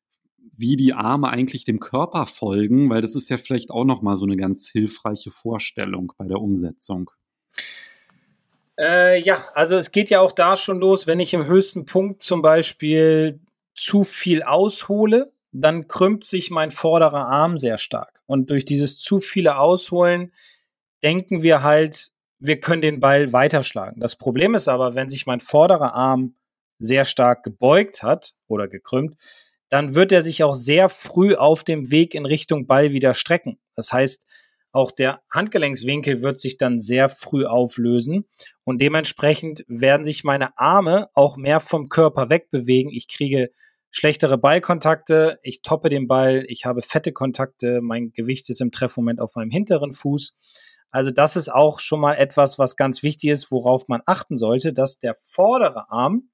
wie die Arme eigentlich dem Körper folgen, weil das ist ja vielleicht auch noch mal so eine ganz hilfreiche Vorstellung bei der Umsetzung. Also es geht ja auch da schon los, wenn ich im höchsten Punkt zum Beispiel zu viel aushole, dann krümmt sich mein vorderer Arm sehr stark. Und durch dieses zu viele Ausholen denken wir halt, wir können den Ball weiterschlagen. Das Problem ist aber, wenn sich mein vorderer Arm sehr stark gebeugt hat oder gekrümmt, dann wird er sich auch sehr früh auf dem Weg in Richtung Ball wieder strecken. Das heißt, auch der Handgelenkswinkel wird sich dann sehr früh auflösen und dementsprechend werden sich meine Arme auch mehr vom Körper wegbewegen. Ich kriege schlechtere Ballkontakte, ich toppe den Ball, ich habe fette Kontakte, mein Gewicht ist im Treffmoment auf meinem hinteren Fuß. Also das ist auch schon mal etwas, was ganz wichtig ist, worauf man achten sollte, dass der vordere Arm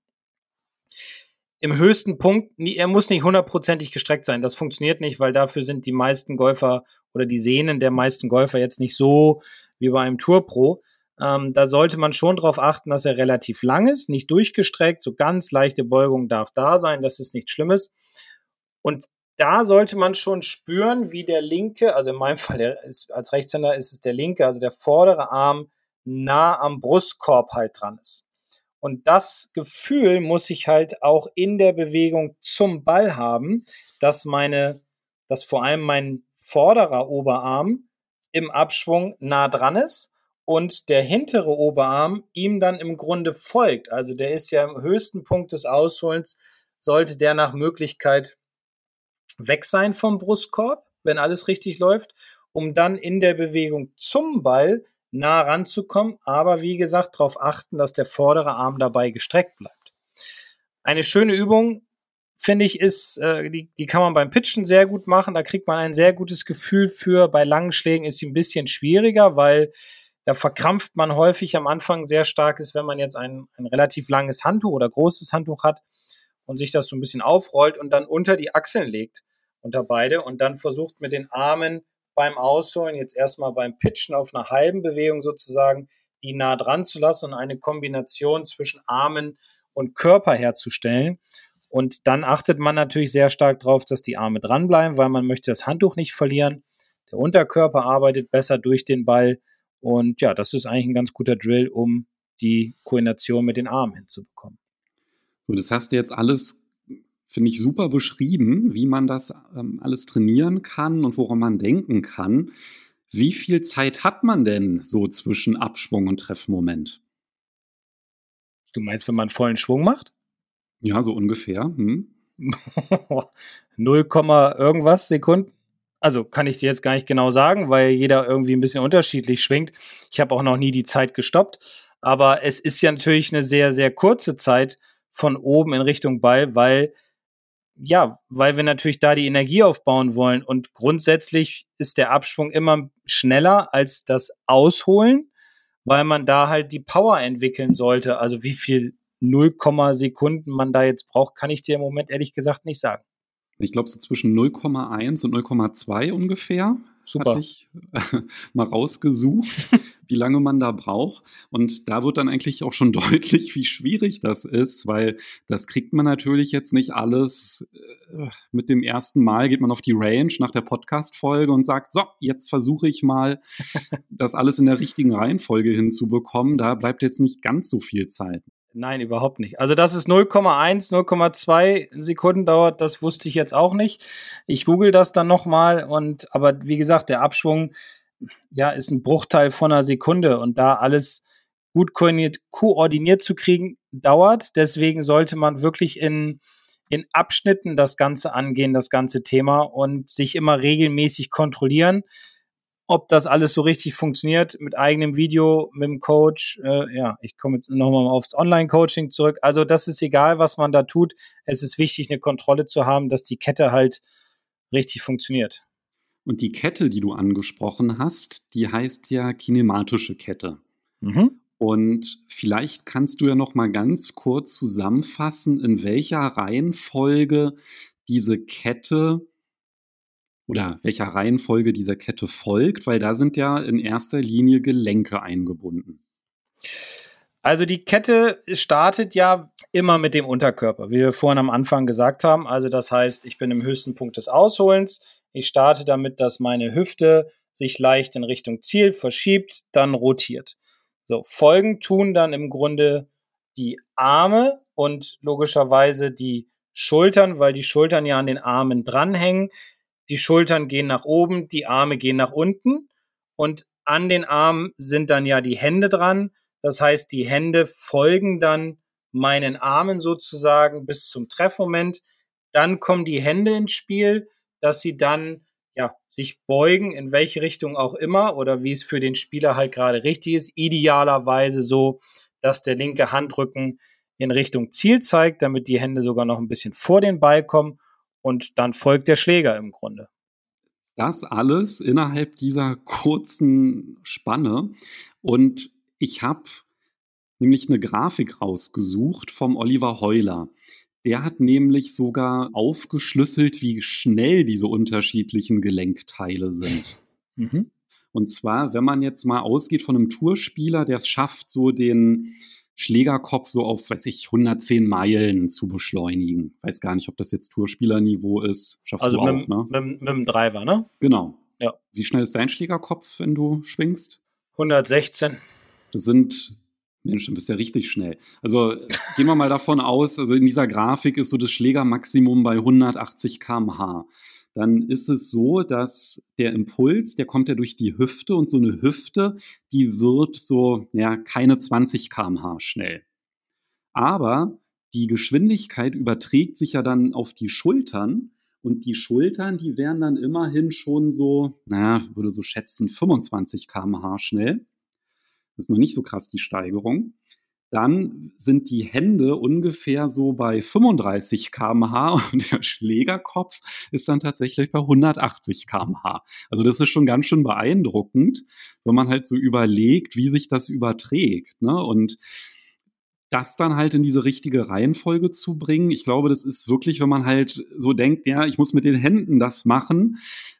im höchsten Punkt, er muss nicht 100%ig gestreckt sein. Das funktioniert nicht, weil dafür sind die meisten Golfer oder die Sehnen der meisten Golfer jetzt nicht so wie bei einem Tour-Pro. Da sollte man schon darauf achten, dass er relativ lang ist, nicht durchgestreckt, so ganz leichte Beugung darf da sein, das ist nichts Schlimmes. Und da sollte man schon spüren, wie der linke, also in meinem Fall als Rechtshänder ist es der linke, also der vordere Arm nah am Brustkorb halt dran ist. Und das Gefühl muss ich halt auch in der Bewegung zum Ball haben, dass vor allem mein vorderer Oberarm im Abschwung nah dran ist und der hintere Oberarm ihm dann im Grunde folgt. Also der ist ja im höchsten Punkt des Ausholens, sollte der nach Möglichkeit weg sein vom Brustkorb, wenn alles richtig läuft, um dann in der Bewegung zum Ball nah ranzukommen, aber wie gesagt, darauf achten, dass der vordere Arm dabei gestreckt bleibt. Eine schöne Übung, finde ich, ist, die kann man beim Pitchen sehr gut machen, da kriegt man ein sehr gutes Gefühl für. Bei langen Schlägen ist sie ein bisschen schwieriger, weil da verkrampft man häufig am Anfang sehr stark ist, wenn man jetzt ein relativ langes Handtuch oder großes Handtuch hat und sich das so ein bisschen aufrollt und dann unter die Achseln legt, unter beide, und dann versucht mit den Armen beim Ausholen, jetzt erstmal beim Pitchen auf einer halben Bewegung sozusagen, die nah dran zu lassen und eine Kombination zwischen Armen und Körper herzustellen. Und dann achtet man natürlich sehr stark darauf, dass die Arme dranbleiben, weil man möchte das Handtuch nicht verlieren. Der Unterkörper arbeitet besser durch den Ball. Und ja, das ist eigentlich ein ganz guter Drill, um die Koordination mit den Armen hinzubekommen. So, das hast du jetzt alles, finde ich, super beschrieben, wie man das alles trainieren kann und woran man denken kann. Wie viel Zeit hat man denn so zwischen Abschwung und Treffmoment? Du meinst, wenn man vollen Schwung macht? Ja, so ungefähr. 0, irgendwas Sekunden. Also kann ich dir jetzt gar nicht genau sagen, weil jeder irgendwie ein bisschen unterschiedlich schwingt. Ich habe auch noch nie die Zeit gestoppt. Aber es ist ja natürlich eine sehr, sehr kurze Zeit von oben in Richtung Ball, weil wir natürlich da die Energie aufbauen wollen. Und grundsätzlich ist der Abschwung immer schneller als das Ausholen, weil man da halt die Power entwickeln sollte. Also wie viel 0, Sekunden man da jetzt braucht, kann ich dir im Moment ehrlich gesagt nicht sagen. Ich glaube, so zwischen 0,1 und 0,2 ungefähr. Super. Hatte ich mal rausgesucht, wie lange man da braucht. Und da wird dann eigentlich auch schon deutlich, wie schwierig das ist, weil das kriegt man natürlich jetzt nicht alles mit dem ersten Mal, geht man auf die Range nach der Podcast-Folge und sagt, so, jetzt versuche ich mal, das alles in der richtigen Reihenfolge hinzubekommen. Da bleibt jetzt nicht ganz so viel Zeit. Nein, überhaupt nicht. Also, dass es 0,1, 0,2 Sekunden dauert, das wusste ich jetzt auch nicht. Ich google das dann nochmal aber wie gesagt, der Abschwung, ist ein Bruchteil von einer Sekunde und da alles gut koordiniert zu kriegen, dauert. Deswegen sollte man wirklich in Abschnitten das Ganze angehen, das ganze Thema, und sich immer regelmäßig kontrollieren, ob das alles so richtig funktioniert, mit eigenem Video, mit dem Coach. Ich komme jetzt nochmal aufs Online-Coaching zurück. Also das ist egal, was man da tut. Es ist wichtig, eine Kontrolle zu haben, dass die Kette halt richtig funktioniert. Und die Kette, die du angesprochen hast, die heißt ja kinematische Kette. Mhm. Und vielleicht kannst du ja noch mal ganz kurz zusammenfassen, in welcher Reihenfolge diese Kette oder welcher Reihenfolge dieser Kette folgt, weil da sind ja in erster Linie Gelenke eingebunden. Also die Kette startet ja immer mit dem Unterkörper, wie wir vorhin am Anfang gesagt haben. Also das heißt, ich bin im höchsten Punkt des Ausholens. Ich starte damit, dass meine Hüfte sich leicht in Richtung Ziel verschiebt, dann rotiert. So, folgend tun dann im Grunde die Arme und logischerweise die Schultern, weil die Schultern ja an den Armen dranhängen. Die Schultern gehen nach oben, die Arme gehen nach unten und an den Armen sind dann ja die Hände dran. Das heißt, die Hände folgen dann meinen Armen sozusagen bis zum Treffmoment. Dann kommen die Hände ins Spiel, dass sie dann sich beugen, in welche Richtung auch immer oder wie es für den Spieler halt gerade richtig ist. Idealerweise so, dass der linke Handrücken in Richtung Ziel zeigt, damit die Hände sogar noch ein bisschen vor den Ball kommen. Und dann folgt der Schläger im Grunde. Das alles innerhalb dieser kurzen Spanne. Und ich habe nämlich eine Grafik rausgesucht vom Oliver Heuler. Der hat nämlich sogar aufgeschlüsselt, wie schnell diese unterschiedlichen Gelenkteile sind. Mhm. Und zwar, wenn man jetzt mal ausgeht von einem Tourspieler, der es schafft, so den Schlägerkopf so auf, 110 Meilen zu beschleunigen. Weiß gar nicht, ob das jetzt Tourspielerniveau ist. Schaffst also du auch, ne? Mit dem Driver, ne? Genau. Ja. Wie schnell ist dein Schlägerkopf, wenn du schwingst? 116. Das sind, Mensch, du bist ja richtig schnell. Also gehen wir mal davon aus, also in dieser Grafik ist so das Schlägermaximum bei 180 km/h. Dann ist es so, dass der Impuls, der kommt ja durch die Hüfte und so eine Hüfte, die wird so, keine 20 km/h schnell. Aber die Geschwindigkeit überträgt sich ja dann auf die Schultern und die Schultern, die wären dann immerhin schon so, würde so schätzen, 25 km/h schnell. Das ist noch nicht so krass, die Steigerung. Dann sind die Hände ungefähr so bei 35 km/h und der Schlägerkopf ist dann tatsächlich bei 180 km/h. Also das ist schon ganz schön beeindruckend, wenn man halt so überlegt, wie sich das überträgt, ne? Und das dann halt in diese richtige Reihenfolge zu bringen. Ich glaube, das ist wirklich, wenn man halt so denkt, ja, ich muss mit den Händen das machen,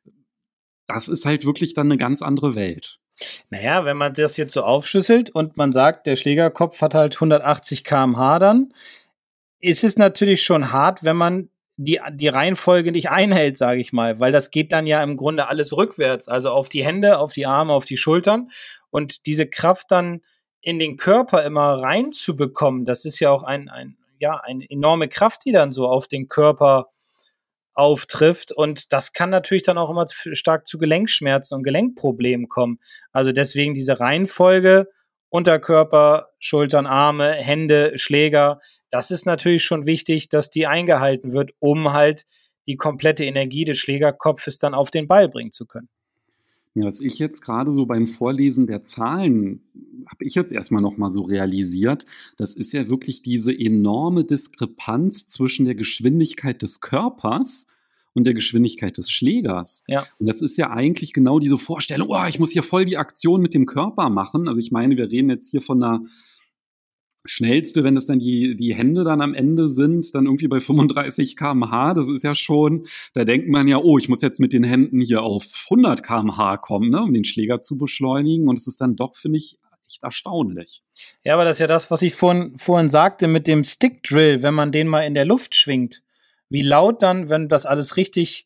das ist halt wirklich dann eine ganz andere Welt. Naja, wenn man das jetzt so aufschlüsselt und man sagt, der Schlägerkopf hat halt 180 km/h dann, ist es natürlich schon hart, wenn man die Reihenfolge nicht einhält, sage ich mal, weil das geht dann ja im Grunde alles rückwärts, also auf die Hände, auf die Arme, auf die Schultern und diese Kraft dann in den Körper immer reinzubekommen, das ist ja auch eine enorme Kraft, die dann so auf den Körper auftrifft und das kann natürlich dann auch immer stark zu Gelenkschmerzen und Gelenkproblemen kommen. Also deswegen diese Reihenfolge Unterkörper, Schultern, Arme, Hände, Schläger, das ist natürlich schon wichtig, dass die eingehalten wird, um halt die komplette Energie des Schlägerkopfes dann auf den Ball bringen zu können. Ja, was ich jetzt gerade so beim Vorlesen der Zahlen, habe ich jetzt erstmal nochmal so realisiert, das ist ja wirklich diese enorme Diskrepanz zwischen der Geschwindigkeit des Körpers und der Geschwindigkeit des Schlägers. Ja. Und das ist ja eigentlich genau diese Vorstellung, oh, ich muss hier voll die Aktion mit dem Körper machen. Also ich meine, wir reden jetzt hier von einer schnellste, wenn das dann die Hände dann am Ende sind, dann irgendwie bei 35 km/h, das ist ja schon, da denkt man ja, oh, ich muss jetzt mit den Händen hier auf 100 km/h kommen, ne, um den Schläger zu beschleunigen und es ist dann doch, finde ich, echt erstaunlich. Ja, aber das ist ja das, was ich vorhin sagte mit dem Stick-Drill, wenn man den mal in der Luft schwingt, wie laut dann, wenn das alles richtig,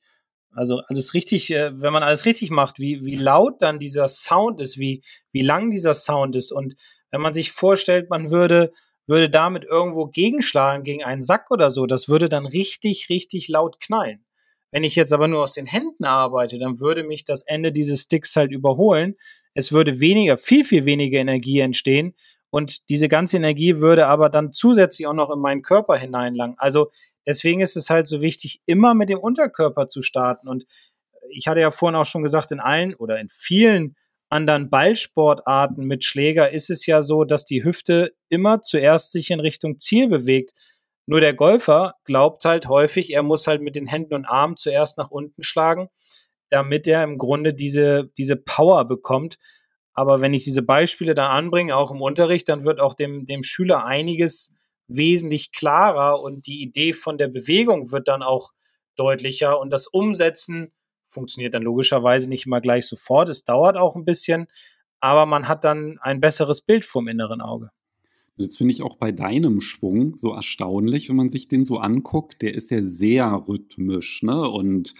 wenn man alles richtig macht, wie laut dann dieser Sound ist, wie lang dieser Sound ist und wenn man sich vorstellt, man würde damit irgendwo gegenschlagen gegen einen Sack oder so, das würde dann richtig, richtig laut knallen. Wenn ich jetzt aber nur aus den Händen arbeite, dann würde mich das Ende dieses Sticks halt überholen. Es würde viel, viel weniger Energie entstehen und diese ganze Energie würde aber dann zusätzlich auch noch in meinen Körper hineinlangen. Also deswegen ist es halt so wichtig, immer mit dem Unterkörper zu starten und ich hatte ja vorhin auch schon gesagt, in allen oder in vielen anderen Ballsportarten mit Schläger ist es ja so, dass die Hüfte immer zuerst sich in Richtung Ziel bewegt. Nur der Golfer glaubt halt häufig, er muss halt mit den Händen und Armen zuerst nach unten schlagen, damit er im Grunde diese Power bekommt. Aber wenn ich diese Beispiele dann anbringe, auch im Unterricht, dann wird auch dem Schüler einiges wesentlich klarer und die Idee von der Bewegung wird dann auch deutlicher und das Umsetzen funktioniert dann logischerweise nicht immer gleich sofort. Es dauert auch ein bisschen, aber man hat dann ein besseres Bild vom inneren Auge. Das finde ich auch bei deinem Schwung so erstaunlich, wenn man sich den so anguckt. Der ist ja sehr rhythmisch, ne? Und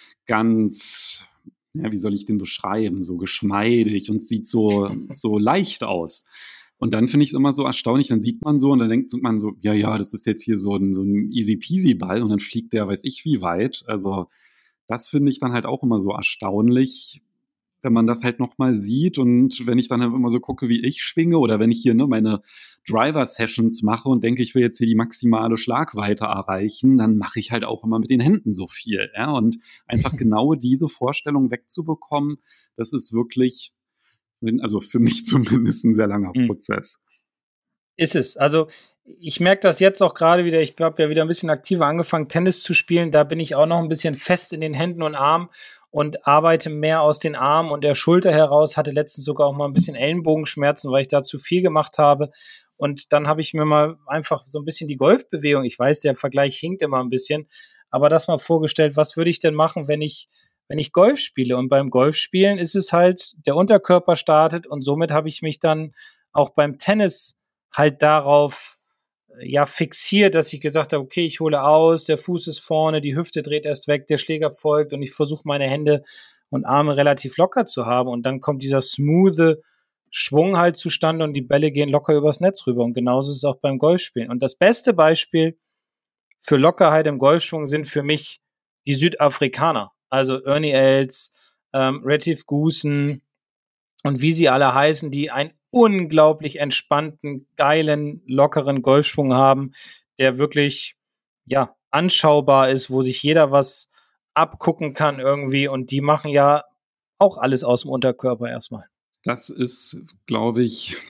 ganz, ja, wie soll ich den beschreiben? So geschmeidig und sieht so leicht aus. Und dann finde ich es immer so erstaunlich, dann sieht man so und dann denkt man so, ja, das ist jetzt hier so ein easy-peasy-Ball und dann fliegt der weiß ich wie weit. Also das finde ich dann halt auch immer so erstaunlich, wenn man das halt nochmal sieht und wenn ich dann halt immer so gucke, wie ich schwinge oder wenn ich hier meine Driver-Sessions mache und denke, ich will jetzt hier die maximale Schlagweite erreichen, dann mache ich halt auch immer mit den Händen so viel. Ja? Und einfach genau diese Vorstellung wegzubekommen, das ist wirklich, also für mich zumindest ein sehr langer Prozess. Ist es. Also ich merke das jetzt auch gerade wieder, ich habe ja wieder ein bisschen aktiver angefangen, Tennis zu spielen, da bin ich auch noch ein bisschen fest in den Händen und Armen und arbeite mehr aus den Armen und der Schulter heraus, hatte letztens sogar auch mal ein bisschen Ellenbogenschmerzen, weil ich da zu viel gemacht habe und dann habe ich mir mal einfach so ein bisschen die Golfbewegung, ich weiß, der Vergleich hinkt immer ein bisschen, aber das mal vorgestellt, was würde ich denn machen, wenn ich Golf spiele und beim Golfspielen ist es halt, der Unterkörper startet und somit habe ich mich dann auch beim Tennis halt darauf fixiert, dass ich gesagt habe, okay, ich hole aus, der Fuß ist vorne, die Hüfte dreht erst weg, der Schläger folgt und ich versuche meine Hände und Arme relativ locker zu haben und dann kommt dieser smoothe Schwung halt zustande und die Bälle gehen locker übers Netz rüber und genauso ist es auch beim Golfspielen. Und das beste Beispiel für Lockerheit im Golfschwung sind für mich die Südafrikaner, also Ernie Els, Retief Goosen und wie sie alle heißen, die ein unglaublich entspannten, geilen, lockeren Golfschwung haben, der wirklich, anschaubar ist, wo sich jeder was abgucken kann irgendwie und die machen ja auch alles aus dem Unterkörper erstmal. Das ist, glaube ich,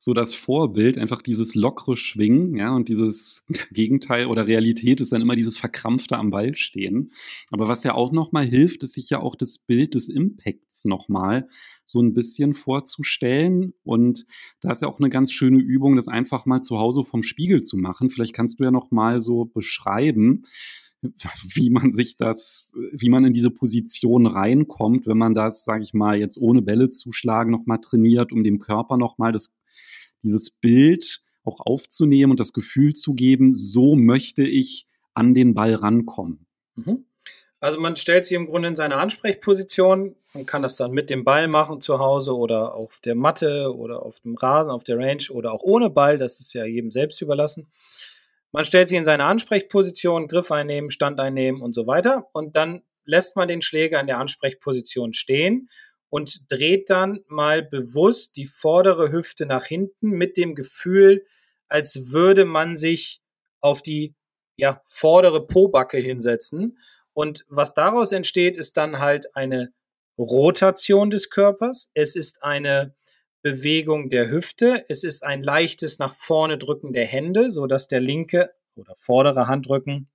so das Vorbild, einfach dieses lockere Schwingen, ja, und dieses Gegenteil oder Realität ist dann immer dieses verkrampfte am Ball stehen. Aber was ja auch nochmal hilft, ist sich ja auch das Bild des Impacts nochmal so ein bisschen vorzustellen. Und da ist ja auch eine ganz schöne Übung, das einfach mal zu Hause vom Spiegel zu machen. Vielleicht kannst du ja nochmal so beschreiben, wie man in diese Position reinkommt, wenn man das, sage ich mal, jetzt ohne Bälle zuschlagen nochmal trainiert, um dem Körper nochmal dieses Bild auch aufzunehmen und das Gefühl zu geben, so möchte ich an den Ball rankommen. Also man stellt sich im Grunde in seine Ansprechposition, man kann das dann mit dem Ball machen zu Hause oder auf der Matte oder auf dem Rasen, auf der Range oder auch ohne Ball, das ist ja jedem selbst überlassen. Man stellt sich in seine Ansprechposition, Griff einnehmen, Stand einnehmen und so weiter und dann lässt man den Schläger in der Ansprechposition stehen und dreht dann mal bewusst die vordere Hüfte nach hinten mit dem Gefühl, als würde man sich auf die vordere Pobacke hinsetzen. Und was daraus entsteht, ist dann halt eine Rotation des Körpers. Es ist eine Bewegung der Hüfte. Es ist ein leichtes nach vorne drücken der Hände, sodass der linke oder vordere Handrücken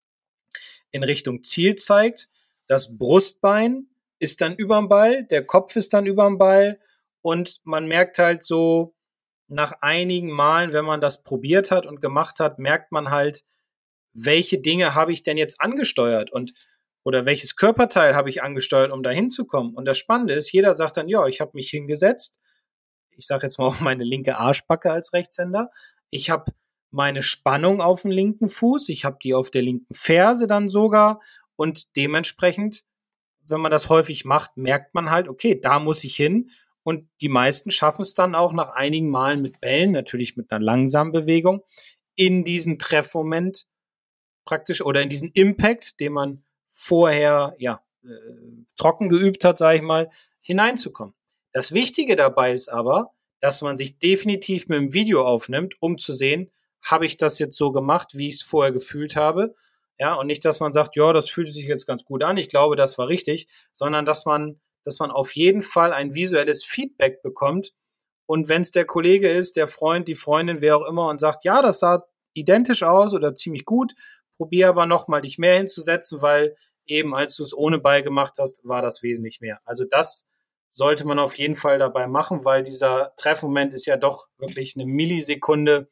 in Richtung Ziel zeigt. Das Brustbein ist dann überm Ball, der Kopf ist dann überm Ball und man merkt halt so nach einigen Malen, wenn man das probiert hat und gemacht hat, merkt man halt, welche Dinge habe ich denn jetzt angesteuert oder welches Körperteil habe ich angesteuert, um da hinzukommen. Und das Spannende ist, jeder sagt dann, ja, ich habe mich hingesetzt, ich sage jetzt mal auf meine linke Arschbacke als Rechtshänder, ich habe meine Spannung auf dem linken Fuß, ich habe die auf der linken Ferse dann sogar und dementsprechend, wenn man das häufig macht, merkt man halt, okay, da muss ich hin und die meisten schaffen es dann auch nach einigen Malen mit Bällen, natürlich mit einer langsamen Bewegung, in diesen Treffmoment praktisch oder in diesen Impact, den man vorher trocken geübt hat, sage ich mal, hineinzukommen. Das Wichtige dabei ist aber, dass man sich definitiv mit dem Video aufnimmt, um zu sehen, habe ich das jetzt so gemacht, wie ich es vorher gefühlt habe, ja, und nicht, dass man sagt, ja, das fühlt sich jetzt ganz gut an, ich glaube, das war richtig, sondern dass man auf jeden Fall ein visuelles Feedback bekommt und wenn es der Kollege ist, der Freund, die Freundin, wer auch immer und sagt, ja, das sah identisch aus oder ziemlich gut, probier aber nochmal dich mehr hinzusetzen, weil eben als du es ohne Ball gemacht hast, war das wesentlich mehr. Also das sollte man auf jeden Fall dabei machen, weil dieser Treffmoment ist ja doch wirklich eine Millisekunde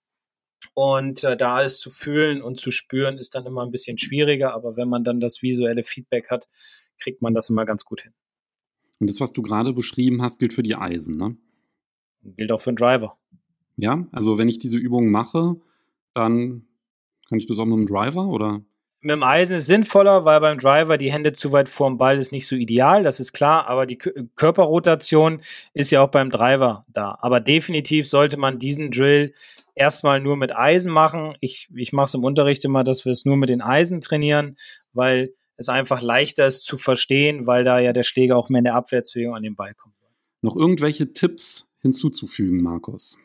und da alles zu fühlen und zu spüren ist dann immer ein bisschen schwieriger, aber wenn man dann das visuelle Feedback hat, kriegt man das immer ganz gut hin. Und das, was du gerade beschrieben hast, gilt für die Eisen, ne? Gilt auch für den Driver. Ja, also wenn ich diese Übung mache, dann kann ich das auch mit dem Driver oder? Mit dem Eisen ist sinnvoller, weil beim Driver die Hände zu weit vorm Ball ist nicht so ideal, das ist klar, aber die Körperrotation ist ja auch beim Driver da. Aber definitiv sollte man diesen Drill erstmal nur mit Eisen machen. Ich mache es im Unterricht immer, dass wir es nur mit den Eisen trainieren, weil es einfach leichter ist zu verstehen, weil da ja der Schläger auch mehr in der Abwärtsbewegung an den Ball kommt. Noch irgendwelche Tipps hinzuzufügen, Markus?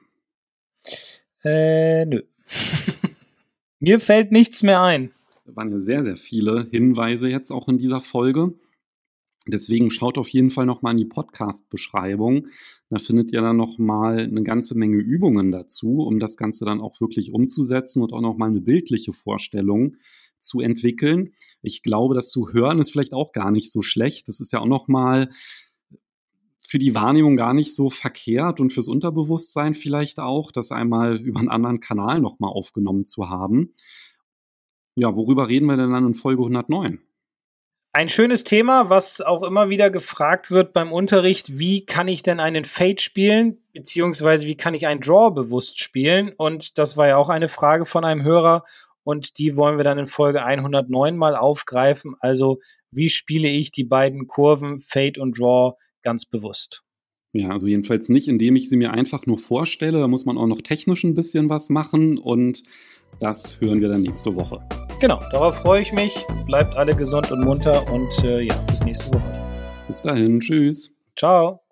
Nö. Mir fällt nichts mehr ein. Da waren ja sehr, sehr viele Hinweise jetzt auch in dieser Folge. Deswegen schaut auf jeden Fall nochmal in die Podcast-Beschreibung. Da findet ihr dann nochmal eine ganze Menge Übungen dazu, um das Ganze dann auch wirklich umzusetzen und auch nochmal eine bildliche Vorstellung zu entwickeln. Ich glaube, das zu hören ist vielleicht auch gar nicht so schlecht. Das ist ja auch nochmal für die Wahrnehmung gar nicht so verkehrt und fürs Unterbewusstsein vielleicht auch, das einmal über einen anderen Kanal nochmal aufgenommen zu haben. Ja, worüber reden wir denn dann in Folge 109? Ein schönes Thema, was auch immer wieder gefragt wird beim Unterricht, wie kann ich denn einen Fade spielen, beziehungsweise wie kann ich einen Draw bewusst spielen? Und das war ja auch eine Frage von einem Hörer und die wollen wir dann in Folge 109 mal aufgreifen. Also wie spiele ich die beiden Kurven Fade und Draw ganz bewusst? Ja, also jedenfalls nicht, indem ich sie mir einfach nur vorstelle. Da muss man auch noch technisch ein bisschen was machen und das hören wir dann nächste Woche. Genau, darauf freue ich mich. Bleibt alle gesund und munter und bis nächste Woche. Bis dahin, tschüss. Ciao.